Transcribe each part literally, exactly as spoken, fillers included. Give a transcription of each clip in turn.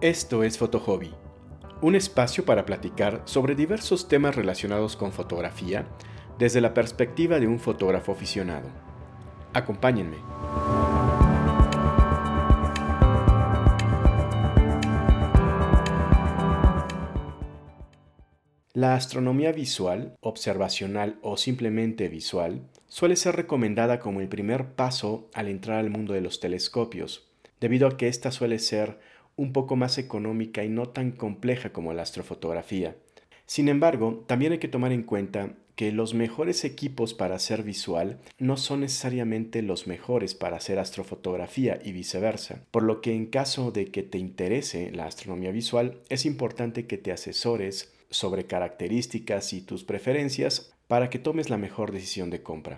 Esto es Fotohobby, un espacio para platicar sobre diversos temas relacionados con fotografía desde la perspectiva de un fotógrafo aficionado. Acompáñenme. La astronomía visual, observacional o simplemente visual suele ser recomendada como el primer paso al entrar al mundo de los telescopios, debido a que ésta suele ser un poco más económica y no tan compleja como la astrofotografía. Sin embargo, también hay que tomar en cuenta que los mejores equipos para hacer visual no son necesariamente los mejores para hacer astrofotografía y viceversa, por lo que en caso de que te interese la astronomía visual, es importante que te asesores sobre características y tus preferencias para que tomes la mejor decisión de compra.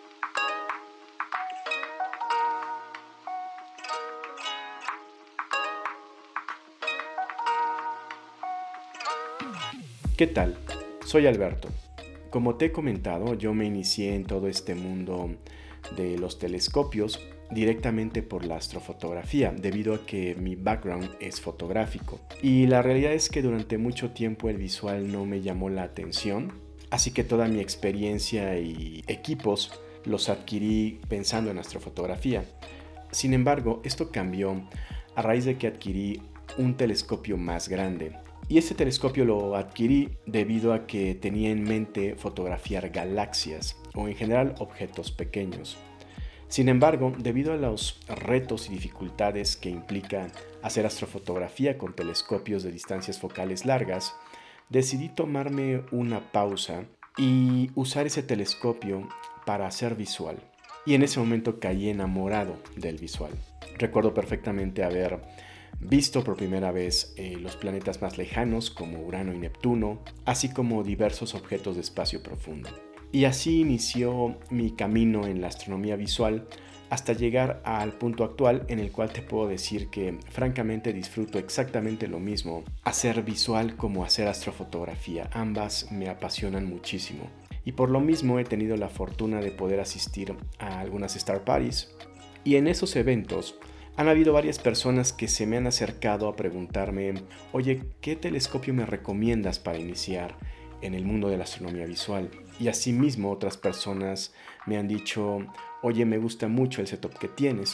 ¿Qué tal? Soy Alberto. Como te he comentado, yo me inicié en todo este mundo de los telescopios directamente por la astrofotografía, debido a que mi background es fotográfico. Y la realidad es que durante mucho tiempo el visual no me llamó la atención, así que toda mi experiencia y equipos los adquirí pensando en astrofotografía. Sin embargo, esto cambió a raíz de que adquirí un telescopio más grande. Y este telescopio lo adquirí debido a que tenía en mente fotografiar galaxias o en general objetos pequeños. Sin embargo, debido a los retos y dificultades que implica hacer astrofotografía con telescopios de distancias focales largas, decidí tomarme una pausa y usar ese telescopio para hacer visual. Y en ese momento caí enamorado del visual. Recuerdo perfectamente haber visto por primera vez eh, los planetas más lejanos como Urano y Neptuno, así como diversos objetos de espacio profundo. Y así inició mi camino en la astronomía visual hasta llegar al punto actual en el cual te puedo decir que francamente disfruto exactamente lo mismo hacer visual como hacer astrofotografía. Ambas me apasionan muchísimo. Y por lo mismo he tenido la fortuna de poder asistir a algunas Star Parties. Y en esos eventos han habido varias personas que se me han acercado a preguntarme, oye, ¿qué telescopio me recomiendas para iniciar en el mundo de la astronomía visual? Y asimismo otras personas me han dicho, oye, me gusta mucho el setup que tienes.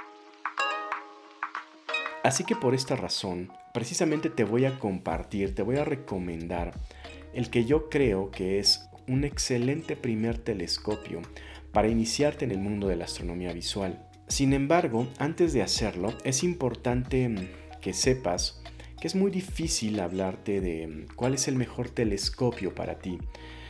Así que por esta razón, precisamente te voy a compartir, te voy a recomendar el que yo creo que es un excelente primer telescopio para iniciarte en el mundo de la astronomía visual. Sin embargo, antes de hacerlo, es importante que sepas que es muy difícil hablarte de cuál es el mejor telescopio para ti,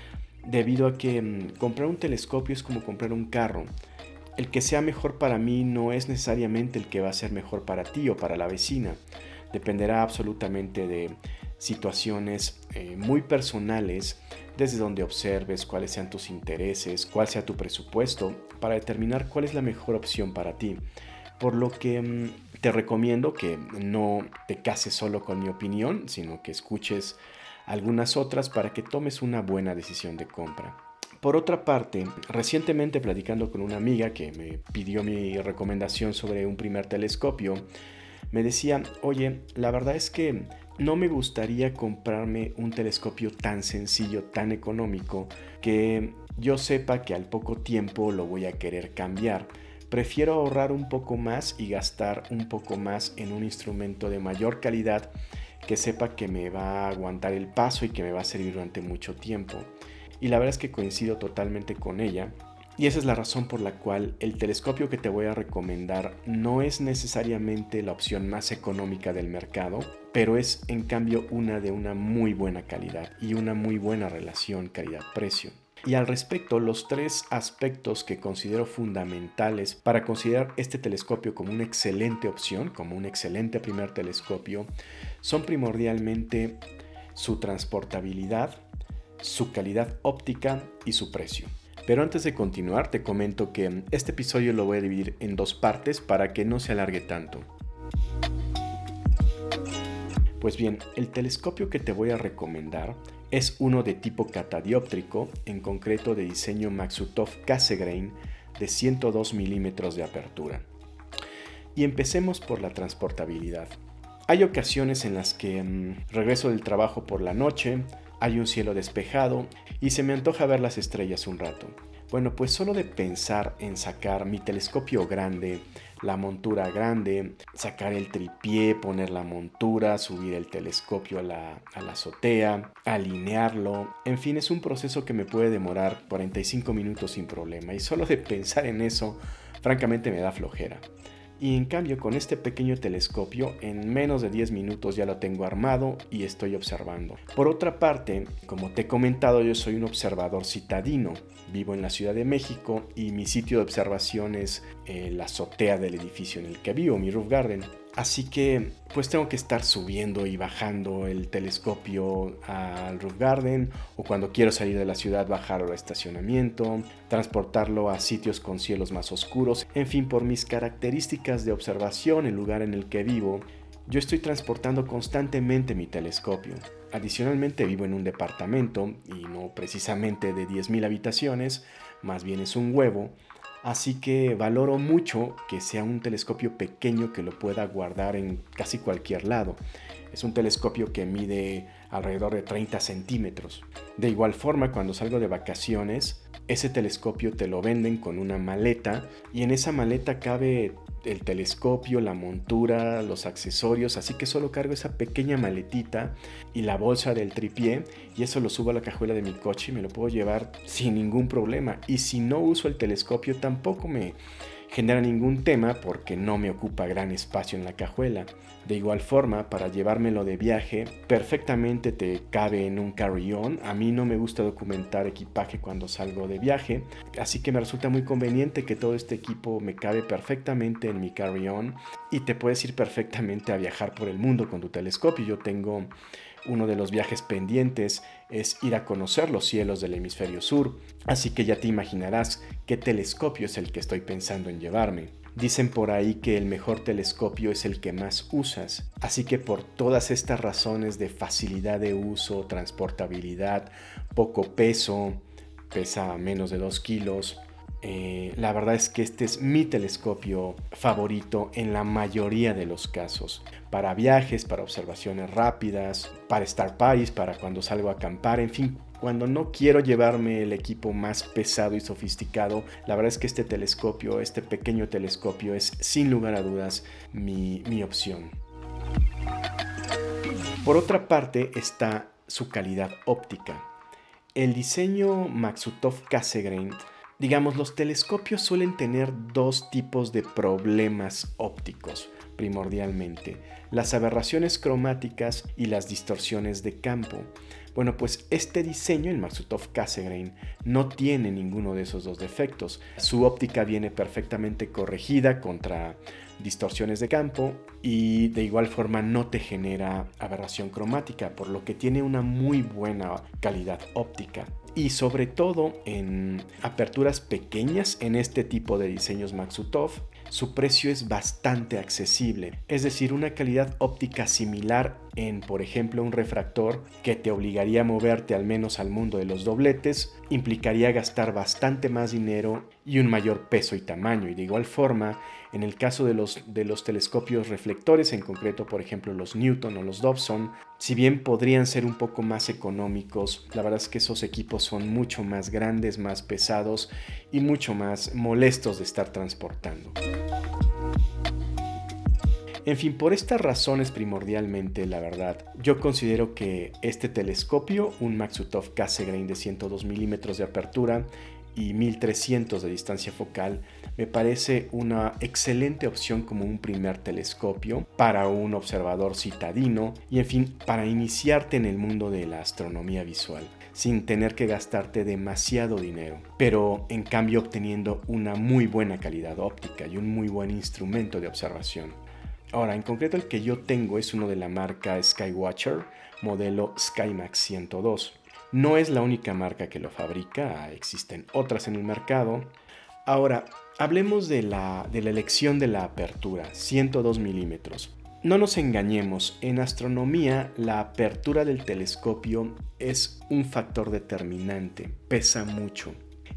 debido a que comprar un telescopio es como comprar un carro. El que sea mejor para mí no es necesariamente el que va a ser mejor para ti o para la vecina. Dependerá absolutamente de situaciones eh, muy personales, desde donde observes cuáles sean tus intereses, cuál sea tu presupuesto, para determinar cuál es la mejor opción para ti. Por lo que mmm, te recomiendo que no te cases solo con mi opinión, sino que escuches algunas otras para que tomes una buena decisión de compra. Por otra parte, recientemente platicando con una amiga que me pidió mi recomendación sobre un primer telescopio, me decía, oye, la verdad es que no me gustaría comprarme un telescopio tan sencillo, tan económico, que yo sepa que al poco tiempo lo voy a querer cambiar. Prefiero ahorrar un poco más y gastar un poco más en un instrumento de mayor calidad que sepa que me va a aguantar el paso y que me va a servir durante mucho tiempo. Y la verdad es que coincido totalmente con ella. Y esa es la razón por la cual el telescopio que te voy a recomendar no es necesariamente la opción más económica del mercado, pero es en cambio una de una muy buena calidad y una muy buena relación calidad-precio. Y al respecto, los tres aspectos que considero fundamentales para considerar este telescopio como una excelente opción, como un excelente primer telescopio, son primordialmente su transportabilidad, su calidad óptica y su precio. Pero antes de continuar, te comento que este episodio lo voy a dividir en dos partes para que no se alargue tanto. Pues bien, el telescopio que te voy a recomendar es uno de tipo catadióptrico, en concreto de diseño Maksutov Cassegrain de ciento dos milímetros de apertura. Y empecemos por la transportabilidad. Hay ocasiones en las que mmm, regreso del trabajo por la noche, hay un cielo despejado y se me antoja ver las estrellas un rato. Bueno, pues solo de pensar en sacar mi telescopio grande, la montura grande, sacar el tripié, poner la montura, subir el telescopio a la, a la azotea, alinearlo, en fin, es un proceso que me puede demorar cuarenta y cinco minutos sin problema, y solo de pensar en eso, francamente me da flojera. Y en cambio, con este pequeño telescopio, en menos de diez minutos ya lo tengo armado y estoy observando. Por otra parte, como te he comentado, yo soy un observador citadino. Vivo en la Ciudad de México y mi sitio de observación es eh, la azotea del edificio en el que vivo, mi roof garden. Así que pues tengo que estar subiendo y bajando el telescopio al roof garden, o cuando quiero salir de la ciudad bajarlo al estacionamiento, transportarlo a sitios con cielos más oscuros. En fin, por mis características de observación, el lugar en el que vivo, yo estoy transportando constantemente mi telescopio. Adicionalmente vivo en un departamento y no precisamente de diez mil habitaciones, más bien es un huevo. Así que valoro mucho que sea un telescopio pequeño que lo pueda guardar en casi cualquier lado. Es un telescopio que mide alrededor de treinta centímetros. De igual forma, cuando salgo de vacaciones, ese telescopio te lo venden con una maleta y en esa maleta cabe el telescopio, la montura, los accesorios, así que solo cargo esa pequeña maletita y la bolsa del tripié y eso lo subo a la cajuela de mi coche y me lo puedo llevar sin ningún problema. Y si no uso el telescopio tampoco me genera ningún tema porque no me ocupa gran espacio en la cajuela. De igual forma, para llevármelo de viaje, perfectamente te cabe en un carry-on. A mí no me gusta documentar equipaje cuando salgo de viaje, así que me resulta muy conveniente que todo este equipo me cabe perfectamente en mi carry-on y te puedes ir perfectamente a viajar por el mundo con tu telescopio. Yo tengo uno de los viajes pendientes es ir a conocer los cielos del hemisferio sur, así que ya te imaginarás qué telescopio es el que estoy pensando en llevarme. Dicen por ahí que el mejor telescopio es el que más usas, así que por todas estas razones de facilidad de uso, transportabilidad, poco peso, pesa menos de dos kilos, Eh, la verdad es que este es mi telescopio favorito en la mayoría de los casos. Para viajes, para observaciones rápidas, para Star Paris, para cuando salgo a acampar, en fin, cuando no quiero llevarme el equipo más pesado y sofisticado, la verdad es que este telescopio, este pequeño telescopio es sin lugar a dudas mi, mi opción. Por otra parte está su calidad óptica. El diseño Maksutov Cassegrain, digamos, los telescopios suelen tener dos tipos de problemas ópticos, primordialmente: las aberraciones cromáticas y las distorsiones de campo. Bueno, pues este diseño, el Maksutov Cassegrain, no tiene ninguno de esos dos defectos. Su óptica viene perfectamente corregida contra distorsiones de campo y de igual forma no te genera aberración cromática, por lo que tiene una muy buena calidad óptica. Y sobre todo en aperturas pequeñas en este tipo de diseños Maksutov, su precio es bastante accesible, es decir, una calidad óptica similar en, por ejemplo, un refractor que te obligaría a moverte al menos al mundo de los dobletes, implicaría gastar bastante más dinero y un mayor peso y tamaño. Y de igual forma, en el caso de los, de los telescopios reflectores, en concreto, por ejemplo, los Newton o los Dobson, si bien podrían ser un poco más económicos, la verdad es que esos equipos son mucho más grandes, más pesados y mucho más molestos de estar transportando. En fin, por estas razones primordialmente, la verdad, yo considero que este telescopio, un Maksutov Cassegrain de ciento dos milímetros de apertura y mil trescientos de distancia focal, me parece una excelente opción como un primer telescopio para un observador citadino y, en fin, para iniciarte en el mundo de la astronomía visual, sin tener que gastarte demasiado dinero, pero en cambio obteniendo una muy buena calidad óptica y un muy buen instrumento de observación. Ahora, en concreto el que yo tengo es uno de la marca Skywatcher, modelo SkyMax ciento dos. No es la única marca que lo fabrica, existen otras en el mercado. Ahora, hablemos de la, de la elección de la apertura, ciento dos milímetros. No nos engañemos, en astronomía la apertura del telescopio es un factor determinante, pesa mucho.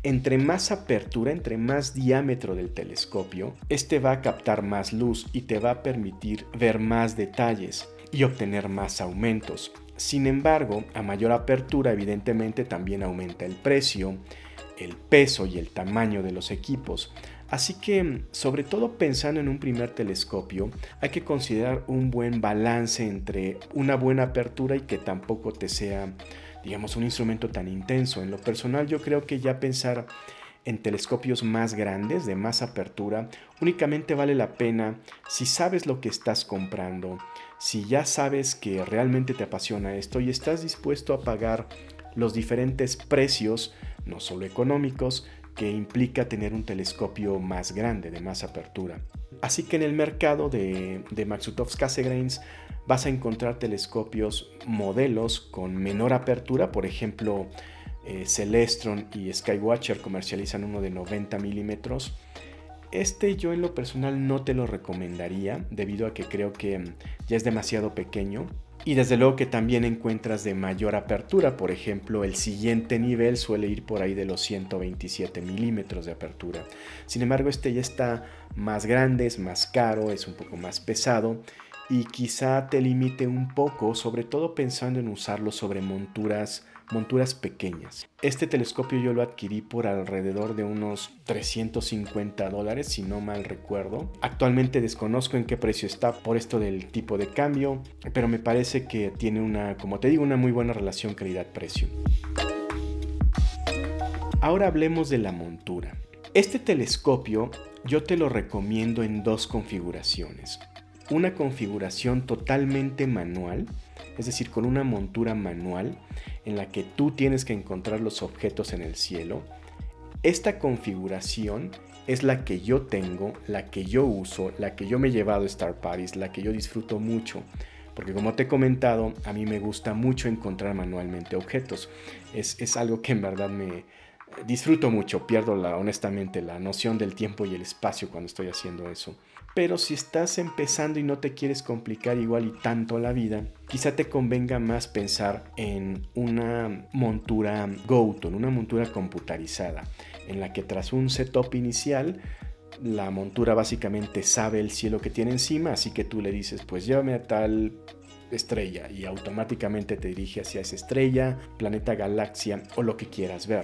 Entre más apertura, entre más diámetro del telescopio, este va a captar más luz y te va a permitir ver más detalles y obtener más aumentos. Sin embargo, a mayor apertura, evidentemente también aumenta el precio, el peso y el tamaño de los equipos. Así que, sobre todo pensando en un primer telescopio, hay que considerar un buen balance entre una buena apertura y que tampoco te sea, digamos, un instrumento tan intenso. En lo personal, yo creo que ya pensar en telescopios más grandes, de más apertura, únicamente vale la pena si sabes lo que estás comprando, si ya sabes que realmente te apasiona esto y estás dispuesto a pagar los diferentes precios, no solo económicos, que implica tener un telescopio más grande, de más apertura. Así que en el mercado de, de Maksutov Cassegrains vas a encontrar telescopios modelos con menor apertura. Por ejemplo, eh, Celestron y Skywatcher comercializan uno de noventa milímetros. Este yo en lo personal no te lo recomendaría debido a que creo que ya es demasiado pequeño. Y desde luego que también encuentras de mayor apertura. Por ejemplo, el siguiente nivel suele ir por ahí de los ciento veintisiete milímetros de apertura. Sin embargo, este ya está más grande, es más caro, es un poco más pesado y quizá te limite un poco, sobre todo pensando en usarlo sobre monturas, monturas pequeñas. Este telescopio yo lo adquirí por alrededor de unos trescientos cincuenta dólares, si no mal recuerdo. Actualmente desconozco en qué precio está por esto del tipo de cambio, pero me parece que tiene una, como te digo, una muy buena relación calidad-precio. Ahora hablemos de la montura. Este telescopio yo te lo recomiendo en dos configuraciones. Una configuración totalmente manual, es decir, con una montura manual en la que tú tienes que encontrar los objetos en el cielo. Esta configuración es la que yo tengo, la que yo uso, la que yo me he llevado a Star Parties, la que yo disfruto mucho. Porque como te he comentado, a mí me gusta mucho encontrar manualmente objetos. Es, es algo que en verdad me disfruto mucho. Pierdo la, honestamente la noción del tiempo y el espacio cuando estoy haciendo eso. Pero si estás empezando y no te quieres complicar igual y tanto la vida, quizá te convenga más pensar en una montura GoTo, en una montura computarizada, en la que tras un setup inicial, la montura básicamente sabe el cielo que tiene encima, así que tú le dices, pues llévame a tal estrella y automáticamente te dirige hacia esa estrella, planeta, galaxia o lo que quieras ver.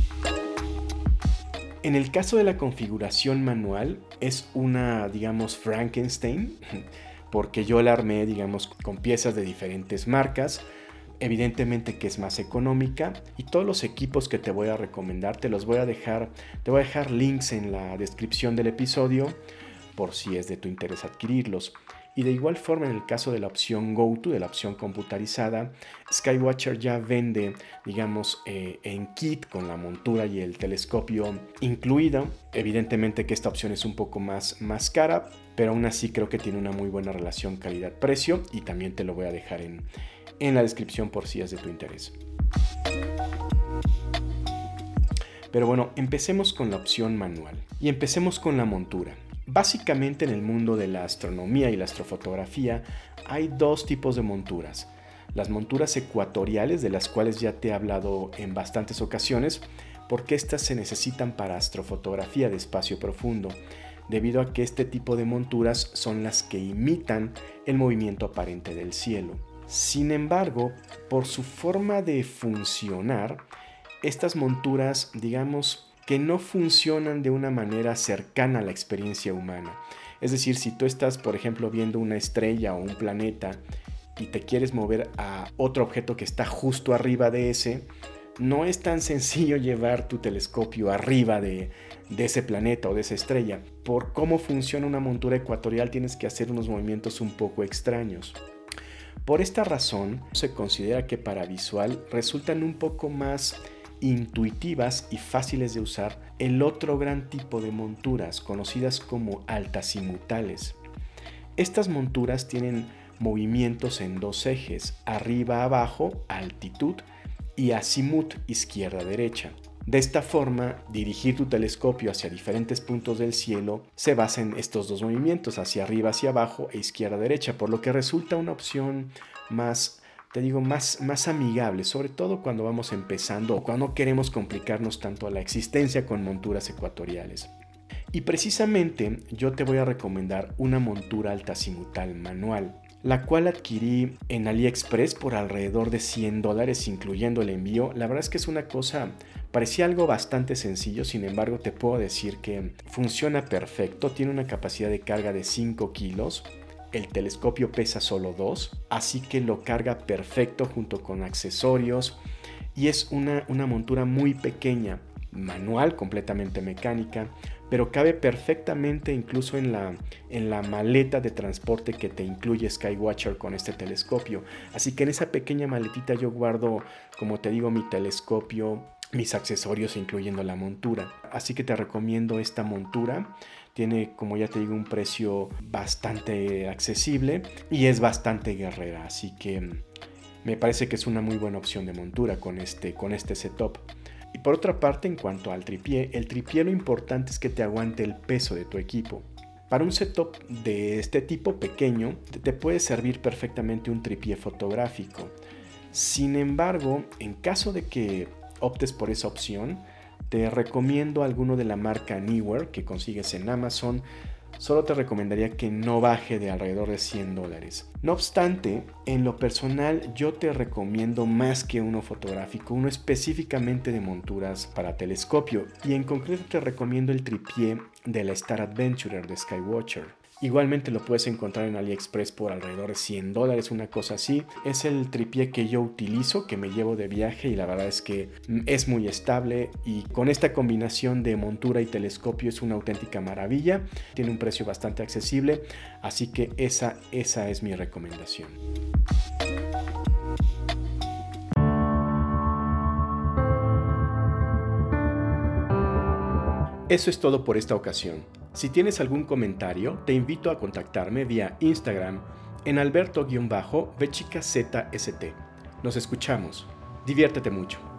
En el caso de la configuración manual, es una, digamos, Frankenstein, porque yo la armé, digamos, con piezas de diferentes marcas. Evidentemente que es más económica y todos los equipos que te voy a recomendar te los voy a dejar, te voy a dejar links en la descripción del episodio por si es de tu interés adquirirlos. Y de igual forma, en el caso de la opción GoTo, de la opción computarizada, Skywatcher ya vende, digamos, eh, en kit con la montura y el telescopio incluido. Evidentemente que esta opción es un poco más, más cara, pero aún así creo que tiene una muy buena relación calidad-precio y también te lo voy a dejar en, en la descripción por si es de tu interés. Pero bueno, empecemos con la opción manual y empecemos con la montura. Básicamente en el mundo de la astronomía y la astrofotografía hay dos tipos de monturas. Las monturas ecuatoriales, de las cuales ya te he hablado en bastantes ocasiones, porque estas se necesitan para astrofotografía de espacio profundo, debido a que este tipo de monturas son las que imitan el movimiento aparente del cielo. Sin embargo, por su forma de funcionar, estas monturas, digamos, que no funcionan de una manera cercana a la experiencia humana. Es decir, si tú estás, por ejemplo, viendo una estrella o un planeta y te quieres mover a otro objeto que está justo arriba de ese, no es tan sencillo llevar tu telescopio arriba de, de ese planeta o de esa estrella. Por cómo funciona una montura ecuatorial tienes que hacer unos movimientos un poco extraños. Por esta razón, se considera que para visual resultan un poco más intuitivas y fáciles de usar el otro gran tipo de monturas conocidas como altazimutales. Estas monturas tienen movimientos en dos ejes, arriba abajo, altitud, y azimut, izquierda derecha. De esta forma, dirigir tu telescopio hacia diferentes puntos del cielo se basa en estos dos movimientos, hacia arriba, hacia abajo e izquierda derecha, por lo que resulta una opción más te digo, más, más amigable, sobre todo cuando vamos empezando o cuando no queremos complicarnos tanto la existencia con monturas ecuatoriales. Y precisamente yo te voy a recomendar una montura altazimutal manual, la cual adquirí en AliExpress por alrededor de cien dólares, incluyendo el envío. La verdad es que es una cosa, parecía algo bastante sencillo, sin embargo te puedo decir que funciona perfecto, tiene una capacidad de carga de cinco kilos, el telescopio pesa solo dos, así que lo carga perfecto junto con accesorios y es una, una montura muy pequeña, manual, completamente mecánica, pero cabe perfectamente incluso en la, en la maleta de transporte que te incluye Skywatcher con este telescopio. Así que en esa pequeña maletita yo guardo, como te digo, mi telescopio, mis accesorios, incluyendo la montura. Así que te recomiendo esta montura. Tiene, como ya te digo, un precio bastante accesible y es bastante guerrera. Así que me parece que es una muy buena opción de montura con este, con este setup. Y por otra parte, en cuanto al tripié, el tripié lo importante es que te aguante el peso de tu equipo. Para un setup de este tipo pequeño, te puede servir perfectamente un tripié fotográfico. Sin embargo, en caso de que optes por esa opción, te recomiendo alguno de la marca Neewer que consigues en Amazon. Solo te recomendaría que no baje de alrededor de cien dólares. No obstante, en lo personal yo te recomiendo más que uno fotográfico, uno específicamente de monturas para telescopio, y en concreto te recomiendo el tripié de la Star Adventurer de Skywatcher. Igualmente lo puedes encontrar en AliExpress por alrededor de cien dólares, una cosa así. Es el tripié que yo utilizo, que me llevo de viaje, y la verdad es que es muy estable, y con esta combinación de montura y telescopio es una auténtica maravilla. Tiene un precio bastante accesible, así que esa, esa es mi recomendación. Eso es todo por esta ocasión. Si tienes algún comentario, te invito a contactarme vía Instagram en alberto-vechicazst. Nos escuchamos. Diviértete mucho.